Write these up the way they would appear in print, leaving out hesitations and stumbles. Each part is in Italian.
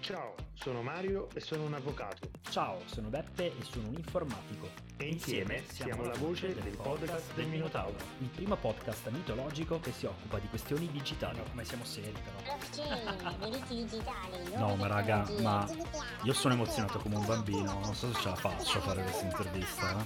Ciao, sono Mario e sono un avvocato. Ciao, sono Beppe e sono un informatico. E insieme siamo la voce del podcast del Minotauro. Il primo podcast mitologico che si occupa di questioni digitali. Come siamo seri però. Blockchain, diritti digitali. No, ma raga, ma io sono emozionato come un bambino. Non so se ce la faccio a fare questa intervista.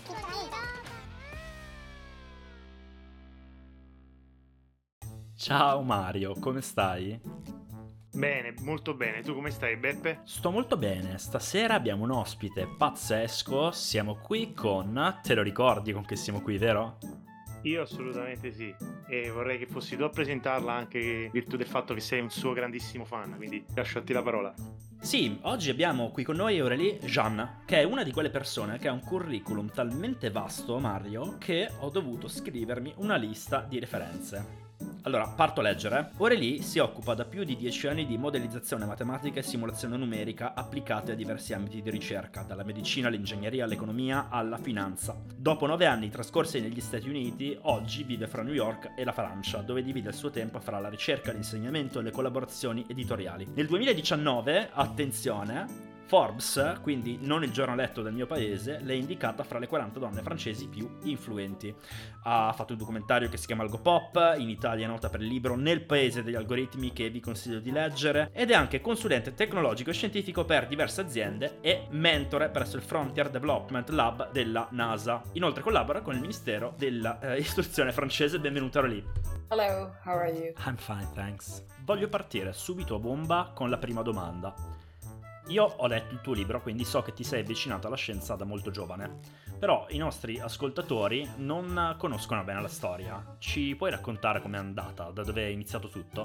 Ciao Mario, come stai? Bene, molto bene. Tu come stai, Beppe? Sto molto bene, stasera abbiamo un ospite pazzesco, siamo qui con... Te lo ricordi con che siamo qui, vero? Io assolutamente sì, e vorrei che fossi tu a presentarla anche in virtù del fatto che sei un suo grandissimo fan, quindi lascio a te la parola. Sì, oggi abbiamo qui con noi Aurélie Jeanne, che è una di quelle persone che ha un curriculum talmente vasto, Mario, che ho dovuto scrivermi una lista di referenze. Allora, parto a leggere. Aurélie si occupa da più di 10 anni di modellizzazione matematica e simulazione numerica applicate a diversi ambiti di ricerca, dalla medicina all'ingegneria, all'economia, alla finanza. Dopo 9 anni trascorsi negli Stati Uniti, oggi vive fra New York e la Francia, dove divide il suo tempo fra la ricerca, l'insegnamento e le collaborazioni editoriali. Nel 2019, attenzione, Forbes, quindi non il giornaletto del mio paese, l'ha indicata fra le 40 donne francesi più influenti. Ha fatto un documentario che si chiama Algo Pop, in Italia è nota per il libro Nel paese degli algoritmi, che vi consiglio di leggere, ed è anche consulente tecnologico e scientifico per diverse aziende e mentore presso il Frontier Development Lab della NASA. Inoltre collabora con il Ministero dell'Istruzione francese. Benvenuta Aurélie. Hello, how are you? I'm fine, thanks. Voglio partire subito a bomba con la prima domanda. Io ho letto il tuo libro, quindi so che ti sei avvicinato alla scienza da molto giovane, però i nostri ascoltatori non conoscono bene la storia. Ci puoi raccontare com'è andata, da dove è iniziato tutto?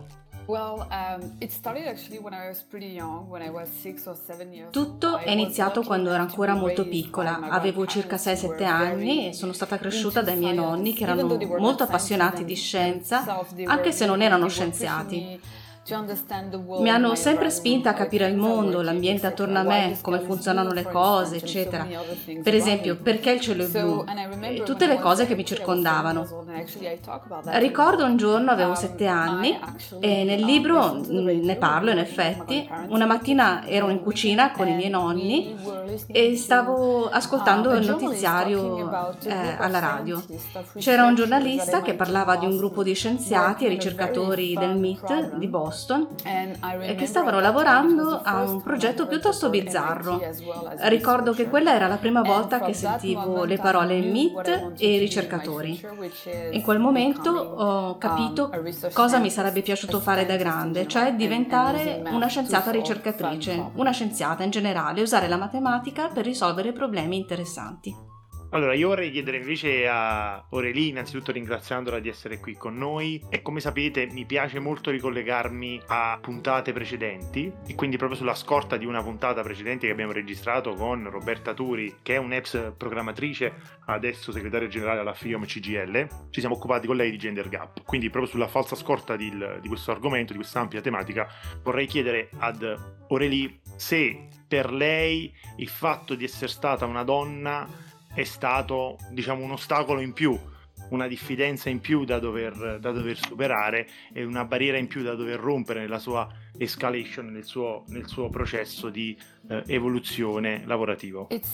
It started actually when I was pretty young, when I was 6 or 7 years old. Tutto è iniziato quando ero ancora molto piccola, avevo circa 6-7 anni e sono stata cresciuta dai miei nonni che erano molto appassionati di scienza, anche se non erano scienziati. Mi hanno sempre spinta a capire il mondo, l'ambiente attorno a me, come funzionano le cose, eccetera. Per esempio, perché il cielo è blu e tutte le cose che mi circondavano. Ricordo un giorno, avevo 7 anni e nel libro ne parlo in effetti. Una mattina ero in cucina con i miei nonni e stavo ascoltando il notiziario alla radio. C'era un giornalista che parlava di un gruppo di scienziati e ricercatori del MIT di Boston e che stavano lavorando a un progetto piuttosto bizzarro. Ricordo che quella era la prima volta che sentivo le parole MIT e ricercatori. In quel momento ho capito cosa mi sarebbe piaciuto fare da grande, cioè diventare una scienziata ricercatrice, una scienziata in generale, usare la matematica per risolvere problemi interessanti. Allora, io vorrei chiedere invece a Aurélie, innanzitutto ringraziandola di essere qui con noi, e come sapete mi piace molto ricollegarmi a puntate precedenti, e quindi proprio sulla scorta di una puntata precedente che abbiamo registrato con Roberta Turi, che è un'ex programmatrice, adesso segretaria generale alla FIOM CGIL, ci siamo occupati con lei di gender gap, quindi proprio sulla falsa scorta di questo argomento, di questa ampia tematica, vorrei chiedere ad Aurélie se per lei il fatto di essere stata una donna è stato, diciamo, un ostacolo in più, una diffidenza in più da dover superare e una barriera in più da dover rompere nella sua escalation, nel suo processo di evoluzione lavorativo. È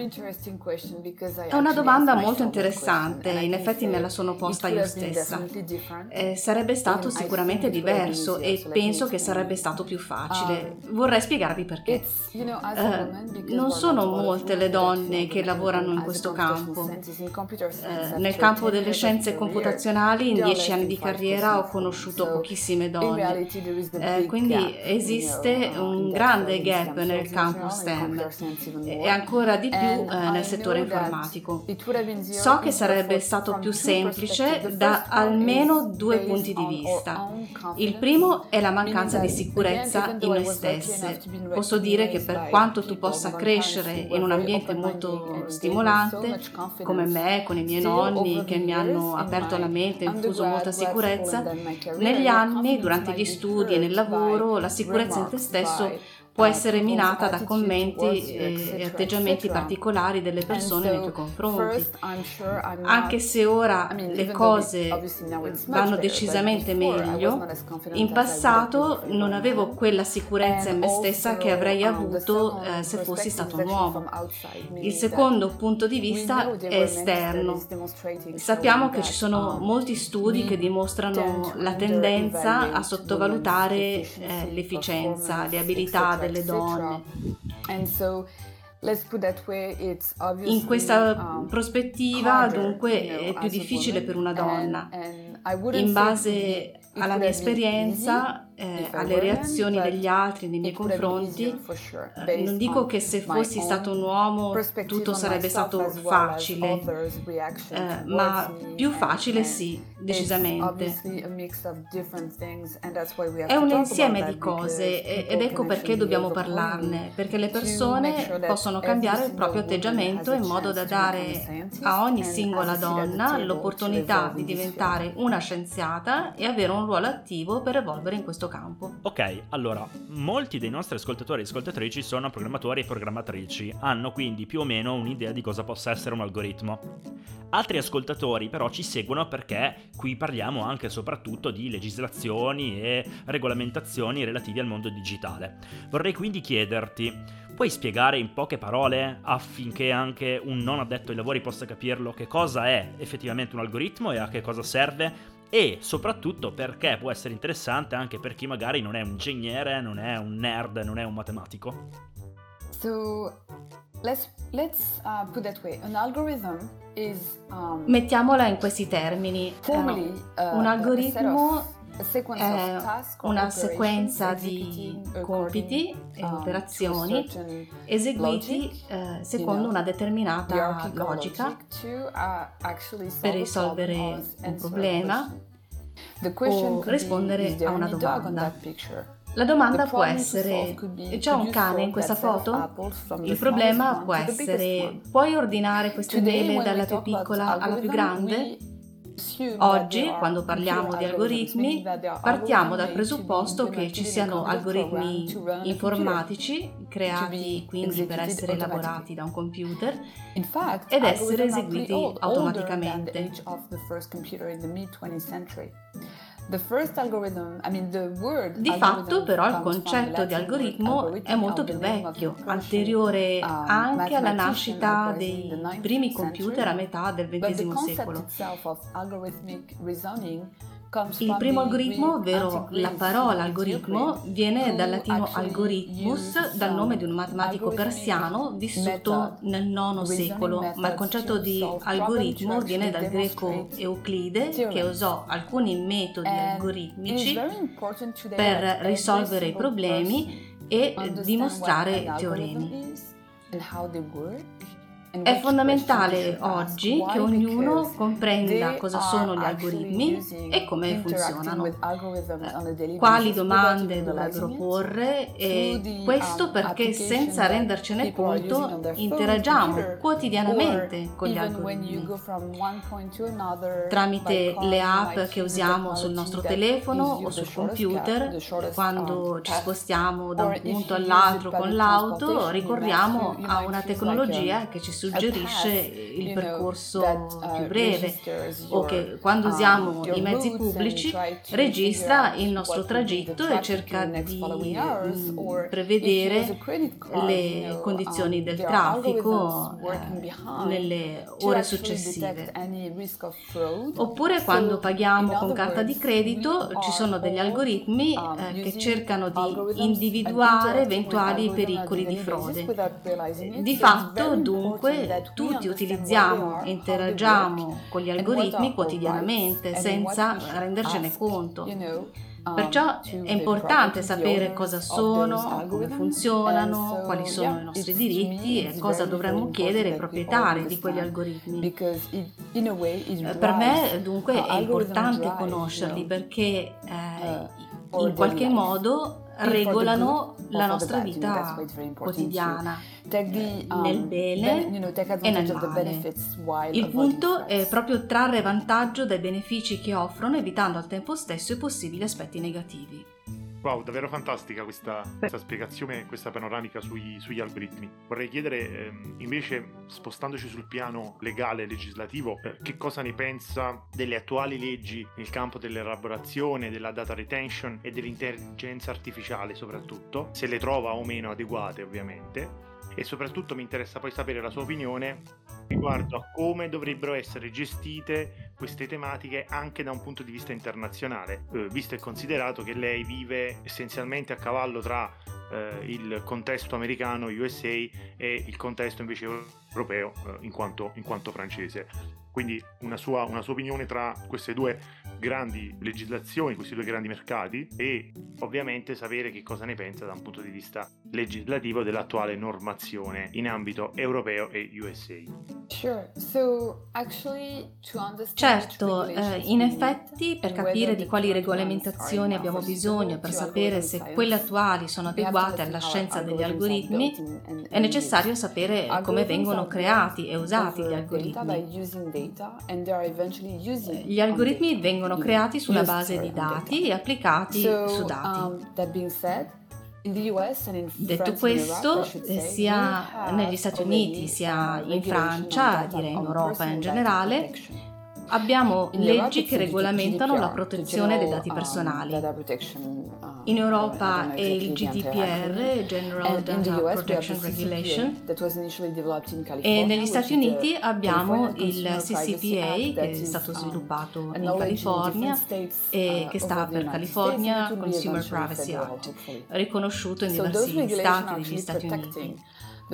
una domanda molto interessante, in effetti me la sono posta io stessa. Sarebbe stato sicuramente diverso e penso che sarebbe stato più facile. Vorrei spiegarvi perché. Non sono molte le donne che lavorano in questo campo. Nel campo delle scienze computazionali in 10 anni di carriera ho conosciuto pochissime donne, quindi esiste un grande gap nel campo STEM e ancora di più nel settore informatico. So che sarebbe stato più semplice da almeno 2 punti di vista. Il primo è la mancanza di sicurezza in noi stesse. Posso dire che per quanto tu possa crescere in un ambiente molto stimolante, come me, con i miei nonni che mi hanno aperto la mente e infuso molta sicurezza, negli anni, durante gli studi e nel lavoro, la sicurezza in te stesso può essere minata da commenti e atteggiamenti particolari delle persone nei tuoi confronti. Anche se ora le cose vanno decisamente meglio, in passato non avevo quella sicurezza in me stessa che avrei avuto se fossi stato un uomo. Il secondo punto di vista è esterno. Sappiamo che ci sono molti studi che dimostrano la tendenza a sottovalutare l'efficienza, le abilità delle donne. In questa prospettiva, dunque, è più difficile per una donna. In base alla mia esperienza, alle reazioni degli altri nei miei confronti, non dico che se fossi stato un uomo tutto sarebbe stato facile, ma più facile sì, decisamente. È un insieme di cose ed ecco perché dobbiamo parlarne, perché le persone possono cambiare il proprio atteggiamento in modo da dare a ogni singola donna l'opportunità di diventare una scienziata e avere un ruolo attivo per evolvere in questo campo. Ok, allora, molti dei nostri ascoltatori e ascoltatrici sono programmatori e programmatrici, hanno quindi più o meno un'idea di cosa possa essere un algoritmo. Altri ascoltatori però ci seguono perché qui parliamo anche e soprattutto di legislazioni e regolamentazioni relative al mondo digitale. Vorrei quindi chiederti, puoi spiegare in poche parole, affinché anche un non addetto ai lavori possa capirlo, che cosa è effettivamente un algoritmo e a che cosa serve? E soprattutto perché può essere interessante anche per chi magari non è un ingegnere, non è un nerd, non è un matematico. Mettiamola in questi termini. Un algoritmo è una sequenza di compiti e operazioni eseguiti secondo una determinata logica per risolvere un problema o rispondere a una domanda. La domanda può essere: c'è un cane in questa foto? Il problema può essere: puoi ordinare queste mele dalla più piccola alla più grande? Oggi, quando parliamo di algoritmi, partiamo dal presupposto che ci siano algoritmi informatici creati quindi per essere elaborati da un computer ed essere eseguiti automaticamente. Di fatto però il concetto di algoritmo è molto più vecchio, anteriore anche alla nascita dei primi computer a metà del XX secolo. Il primo algoritmo, ovvero la parola algoritmo, viene dal latino algorithmus, dal nome di un matematico persiano vissuto nel IX secolo, ma il concetto di algoritmo viene dal greco Euclide, che usò alcuni metodi algoritmici per risolvere i problemi e dimostrare teoremi. È fondamentale oggi che ognuno comprenda cosa sono gli algoritmi e come funzionano, quali domande dovrebbero porre, e questo perché senza rendercene conto interagiamo quotidianamente con gli algoritmi tramite le app che usiamo sul nostro telefono o sul computer. Quando ci spostiamo da un punto all'altro con l'auto ricorriamo a una tecnologia che ci suggerisce il percorso più breve, o che quando usiamo i mezzi pubblici registra il nostro tragitto e cerca di prevedere le condizioni del traffico nelle ore successive. Oppure quando paghiamo con carta di credito ci sono degli algoritmi che cercano di individuare eventuali pericoli di frode. Di fatto, dunque, tutti utilizziamo e interagiamo con gli algoritmi quotidianamente senza rendercene conto. Perciò è importante sapere cosa sono, come funzionano, quali sono i nostri diritti e cosa dovremmo chiedere ai proprietari di quegli algoritmi. Per me, dunque, è importante conoscerli perché in qualche modo regolano la nostra vita quotidiana, nel bene e nel male. Il punto è proprio trarre vantaggio dai benefici che offrono, evitando al tempo stesso i possibili aspetti negativi. Wow, davvero fantastica questa spiegazione, questa panoramica sugli algoritmi. Vorrei chiedere invece, spostandoci sul piano legale e legislativo, che cosa ne pensa delle attuali leggi nel campo dell'elaborazione, della data retention e dell'intelligenza artificiale soprattutto, se le trova o meno adeguate ovviamente. E soprattutto mi interessa poi sapere la sua opinione riguardo a come dovrebbero essere gestite queste tematiche anche da un punto di vista internazionale, visto e considerato che lei vive essenzialmente a cavallo tra il contesto americano, USA, e il contesto invece europeo, in quanto francese. Quindi una sua opinione tra queste due grandi legislazioni, questi due grandi mercati, e ovviamente sapere che cosa ne pensa da un punto di vista legislativo dell'attuale normazione in ambito europeo e USA. Certo, in effetti per capire di quali regolamentazioni abbiamo bisogno, per sapere se quelle attuali sono adeguate alla scienza degli algoritmi, è necessario sapere come vengono creati e usati gli algoritmi. Gli algoritmi vengono creati sulla base di dati e applicati su dati. Detto questo, sia negli Stati Uniti sia in Francia, direi in Europa in generale, abbiamo leggi che regolamentano la protezione dei dati personali. In Europa è il GDPR, General Data Protection Regulation, e negli Stati Uniti abbiamo il CCPA, che è stato sviluppato in California e che sta per California Consumer Privacy Act, riconosciuto in diversi stati degli Stati Uniti.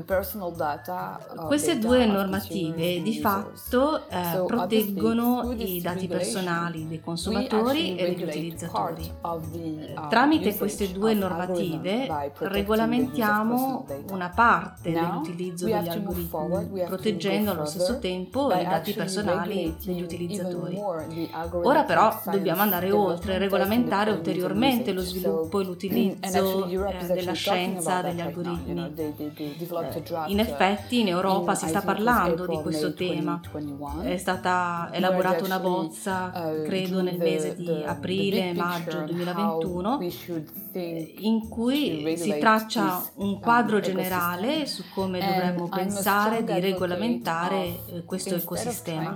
Queste due normative di fatto proteggono i dati personali dei consumatori e degli utilizzatori. Tramite queste due normative regolamentiamo una parte dell'utilizzo degli algoritmi, proteggendo allo stesso tempo i dati personali degli utilizzatori. Ora però dobbiamo andare oltre e regolamentare ulteriormente lo sviluppo e l'utilizzo della scienza degli algoritmi. In effetti in Europa si sta parlando di questo tema, è stata elaborata una bozza, credo nel mese di aprile-maggio 2021, in cui si traccia un quadro generale su come dovremmo pensare di regolamentare questo ecosistema.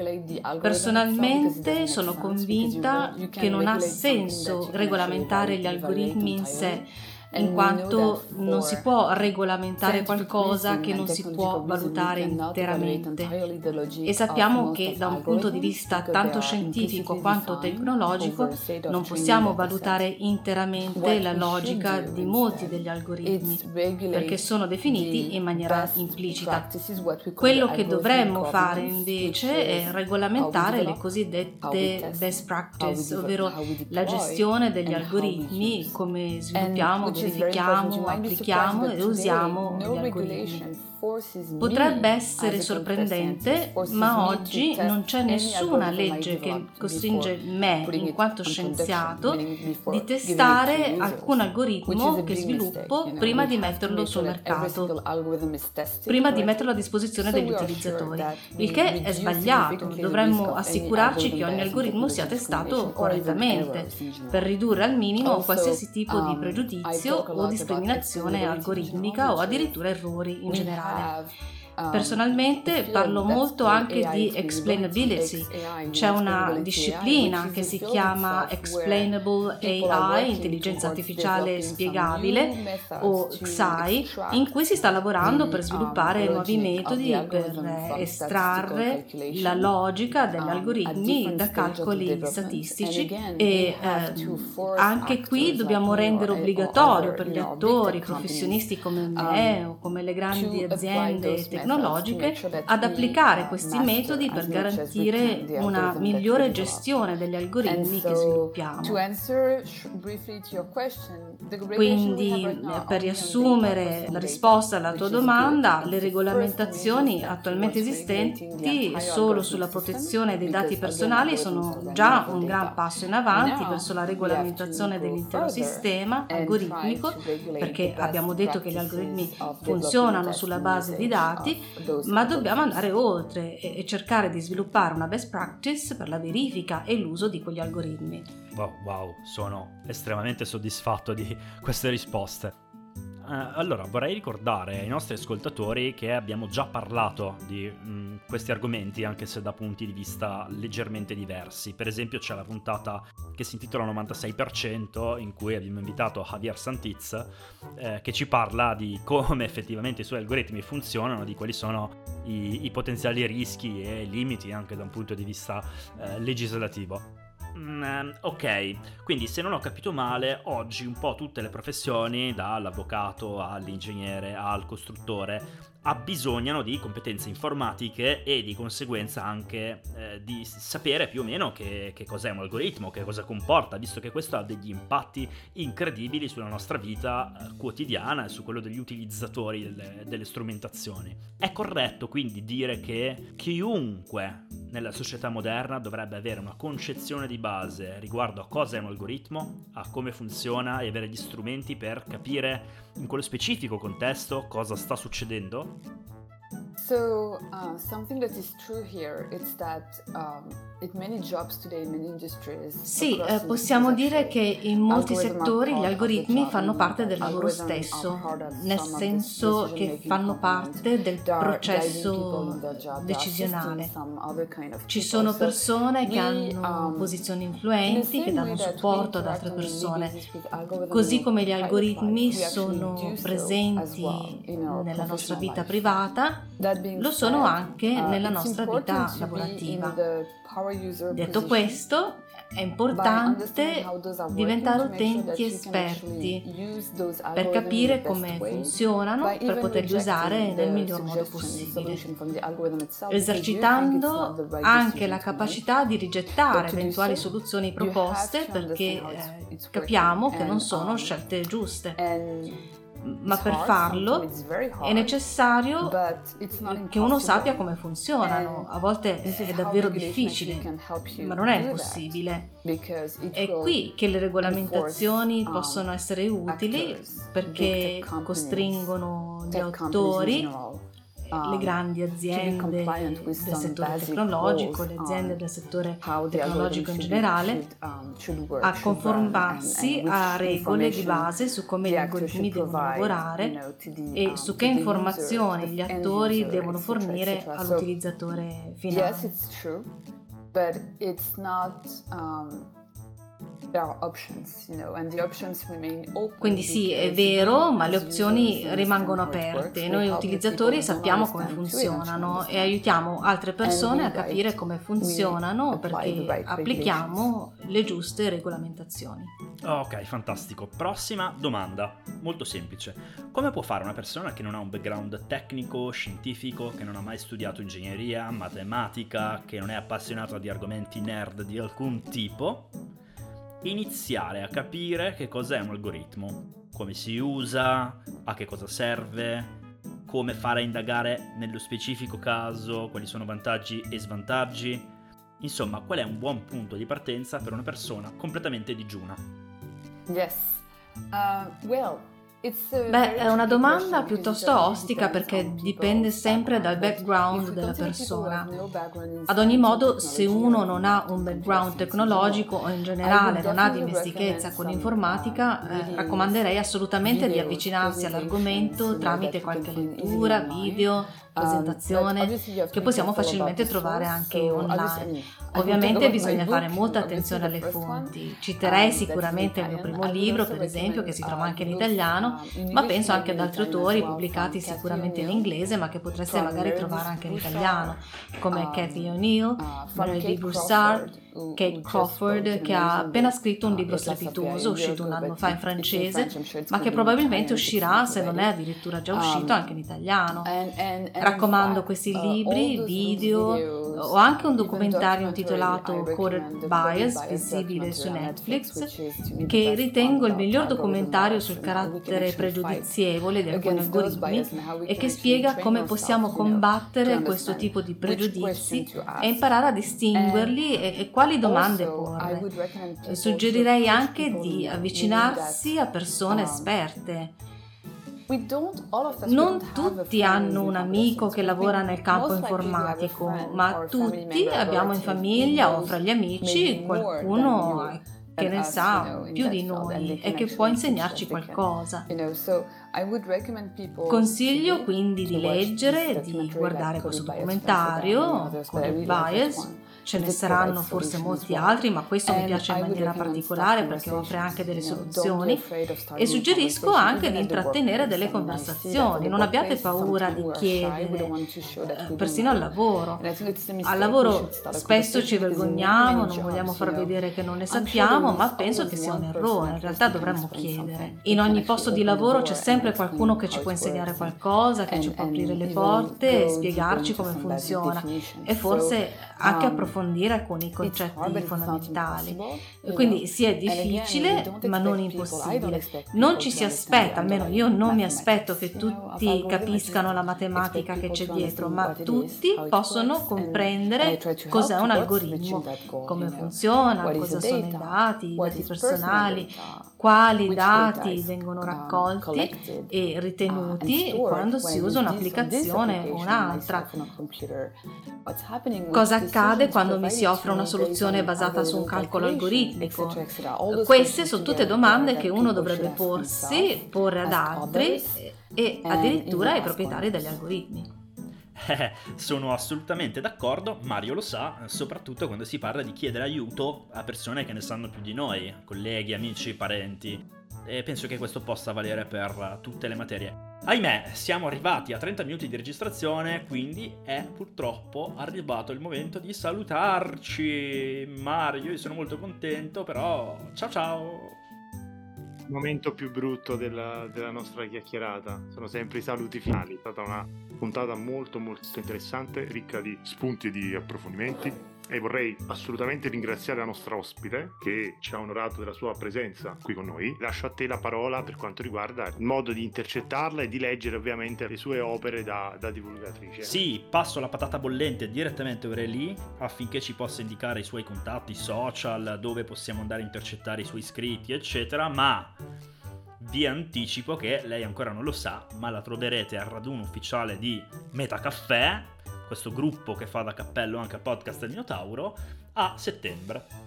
Personalmente sono convinta che non ha senso regolamentare gli algoritmi in sé, in quanto non si può regolamentare qualcosa che non si può valutare interamente. E sappiamo che da un punto di vista tanto scientifico quanto tecnologico non possiamo valutare interamente la logica di molti degli algoritmi, perché sono definiti in maniera implicita. Quello che dovremmo fare invece è regolamentare le cosiddette best practice, ovvero la gestione degli algoritmi, come sviluppiamo, verifichiamo, applichiamo e usiamo gli algoritmi. Potrebbe essere sorprendente, ma oggi non c'è nessuna legge che costringe me, in quanto scienziato, di testare alcun algoritmo che sviluppo prima di metterlo sul mercato, prima di metterlo a disposizione degli utilizzatori, il che è sbagliato. Dovremmo assicurarci che ogni algoritmo sia testato correttamente, per ridurre al minimo qualsiasi tipo di pregiudizio o discriminazione algoritmica o addirittura errori in generale. Personalmente parlo molto anche di explainability. C'è una disciplina che si chiama Explainable AI, intelligenza artificiale spiegabile, o XAI, in cui si sta lavorando per sviluppare nuovi metodi per estrarre la logica degli algoritmi da calcoli statistici e anche qui dobbiamo rendere obbligatorio per gli attori, professionisti come me o come le grandi aziende tecnologiche ad applicare questi metodi per garantire una migliore gestione degli algoritmi che sviluppiamo. Quindi, per riassumere la risposta alla tua domanda, le regolamentazioni attualmente esistenti solo sulla protezione dei dati personali sono già un gran passo in avanti verso la regolamentazione dell'intero sistema algoritmico, perché abbiamo detto che gli algoritmi funzionano sulla base di dati, ma dobbiamo andare oltre e cercare di sviluppare una best practice per la verifica e l'uso di quegli algoritmi. Wow, sono estremamente soddisfatto di queste risposte. Allora, vorrei ricordare ai nostri ascoltatori che abbiamo già parlato di questi argomenti, anche se da punti di vista leggermente diversi. Per esempio c'è la puntata che si intitola 96%, in cui abbiamo invitato Javier Santiz, che ci parla di come effettivamente i suoi algoritmi funzionano, di quali sono i potenziali rischi e limiti anche da un punto di vista legislativo. Ok, quindi se non ho capito male, oggi un po' tutte le professioni, dall'avvocato all'ingegnere al costruttore, abbisognano di competenze informatiche e di conseguenza anche di sapere più o meno che cos'è un algoritmo, che cosa comporta, visto che questo ha degli impatti incredibili sulla nostra vita quotidiana e su quello degli utilizzatori delle strumentazioni. È corretto quindi dire che chiunque nella società moderna dovrebbe avere una concezione di base riguardo a cosa è un algoritmo, a come funziona e avere gli strumenti per capire in quello specifico contesto cosa sta succedendo? So something that is true here is that in many jobs today, in many industries. Sì, possiamo dire che in molti settori gli algoritmi fanno parte del lavoro stesso, nel senso che fanno parte del processo decisionale. Ci sono persone che hanno posizioni influenti, che danno supporto ad altre persone, così come gli algoritmi sono presenti nella nostra vita privata, lo sono anche nella nostra vita lavorativa. Detto questo, è importante diventare utenti esperti per capire come funzionano, per poterli usare nel miglior modo possibile, esercitando anche la capacità di rigettare eventuali soluzioni proposte perché capiamo che non sono scelte giuste. Ma per farlo è necessario che uno sappia come funzionano. A volte è davvero difficile, ma non è impossibile. È qui che le regolamentazioni possono essere utili, perché costringono gli autori, le grandi aziende del settore tecnologico, le aziende del settore tecnologico in generale, a conformarsi a regole di base su come gli algoritmi devono lavorare e su che informazioni gli attori devono fornire all'utilizzatore finale. Yes, it's true, but it's not. There are options, and the options remain open. Quindi sì, è vero, ma le opzioni rimangono aperte. Noi utilizzatori sappiamo come funzionano e aiutiamo altre persone a capire come funzionano perché applichiamo le giuste regolamentazioni. Ok, fantastico. Prossima domanda, molto semplice. Come può fare una persona che non ha un background tecnico, scientifico, che non ha mai studiato ingegneria, matematica, che non è appassionato di argomenti nerd di alcun tipo, iniziare a capire che cos'è un algoritmo, come si usa, a che cosa serve, come fare a indagare nello specifico caso, quali sono vantaggi e svantaggi? Insomma, qual è un buon punto di partenza per una persona completamente digiuna? Yes. Beh, è una domanda piuttosto ostica perché dipende sempre dal background della persona. Ad ogni modo, se uno non ha un background tecnologico o in generale non ha dimestichezza con l'informatica, raccomanderei assolutamente di avvicinarsi all'argomento tramite qualche lettura, video, presentazione che possiamo facilmente trovare anche online. Ovviamente bisogna fare molta attenzione alle fonti. Citerei sicuramente il mio primo libro, per esempio, che si trova anche in italiano, ma penso anche ad altri autori pubblicati sicuramente in inglese, ma che potreste magari trovare anche in italiano, come Cathy O'Neill, Mary Broussard, Kate Crawford, che ha appena scritto un libro strepitoso, uscito un anno fa in francese, ma che probabilmente uscirà, se non è addirittura già uscito, anche in italiano. Raccomando questi libri, video o anche un documentario intitolato Coded Bias, visibile su Netflix, che ritengo il miglior documentario sul carattere pregiudizievole di alcuni algoritmi e che spiega come possiamo combattere questo tipo di pregiudizi e imparare a distinguerli e quali domande porre. Suggerirei anche di avvicinarsi a persone esperte. Non tutti hanno un amico che lavora nel campo informatico, ma tutti abbiamo in famiglia o fra gli amici qualcuno che ne sa più di noi e che può insegnarci qualcosa. Consiglio quindi di leggere, di guardare questo documentario con il bias. Ce ne saranno forse molti altri, ma questo mi piace in maniera particolare perché offre anche delle soluzioni, e suggerisco anche di intrattenere delle conversazioni. Non abbiate paura di chiedere, persino al lavoro. Al lavoro spesso ci vergogniamo, non vogliamo far vedere che non ne sappiamo, ma penso che sia un errore. In realtà dovremmo chiedere. In ogni posto di lavoro c'è sempre qualcuno che ci può insegnare qualcosa, che ci può aprire le porte, spiegarci come funziona e forse anche approfondire alcuni concetti fondamentali. Quindi sì, è difficile, ma non impossibile. Non ci si aspetta, almeno io non mi aspetto che tutti capiscano la matematica che c'è dietro, ma tutti possono comprendere cos'è un algoritmo, come funziona, cosa sono i dati personali, quali dati vengono raccolti e ritenuti quando si usa un'applicazione o un'altra. Cosa accade quando mi si offre una soluzione basata su un calcolo algoritmico? Queste sono tutte domande che uno dovrebbe porsi, porre ad altri e addirittura ai proprietari degli algoritmi. Sono assolutamente d'accordo, Mario lo sa, soprattutto quando si parla di chiedere aiuto a persone che ne sanno più di noi, colleghi, amici, parenti. E penso che questo possa valere per tutte le materie. Ahimè, siamo arrivati a 30 minuti di registrazione, quindi è purtroppo arrivato il momento di salutarci. Mario, io sono molto contento, però ciao ciao! Il momento più brutto della nostra chiacchierata sono sempre i saluti finali. È stata una puntata molto molto interessante, ricca di spunti e di approfondimenti, e vorrei assolutamente ringraziare la nostra ospite che ci ha onorato della sua presenza qui con noi. Lascio a te la parola per quanto riguarda il modo di intercettarla e di leggere ovviamente le sue opere da divulgatrice. Sì, passo la patata bollente direttamente a Aurélie affinché ci possa indicare i suoi contatti social, dove possiamo andare a intercettare i suoi iscritti eccetera, ma vi anticipo che lei ancora non lo sa, ma la troverete al raduno ufficiale di Metacaffè, questo gruppo che fa da cappello anche al podcast del Minotauro, a settembre.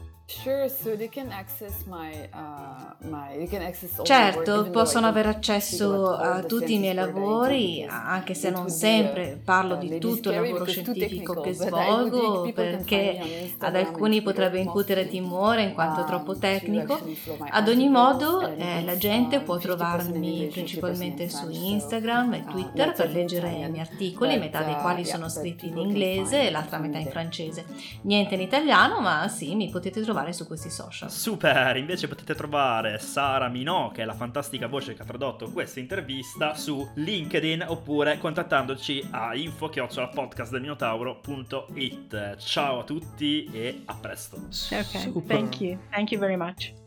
Certo, possono avere accesso a tutti i miei lavori, anche se non sempre parlo di tutto il lavoro scientifico che svolgo, perché ad alcuni potrebbe incutere timore in quanto è troppo tecnico. Ad ogni modo, la gente può trovarmi principalmente su Instagram e Twitter per leggere i miei articoli, metà dei quali sono scritti in inglese e l'altra metà in francese. Niente in italiano, ma sì, mi potete trovare su questi social. Super, invece potete trovare Sara Minò, che è la fantastica voce che ha tradotto questa intervista, su LinkedIn oppure contattandoci a info@podcastdelminotauro.it. Ciao a tutti e a presto. Ok, thank you very much.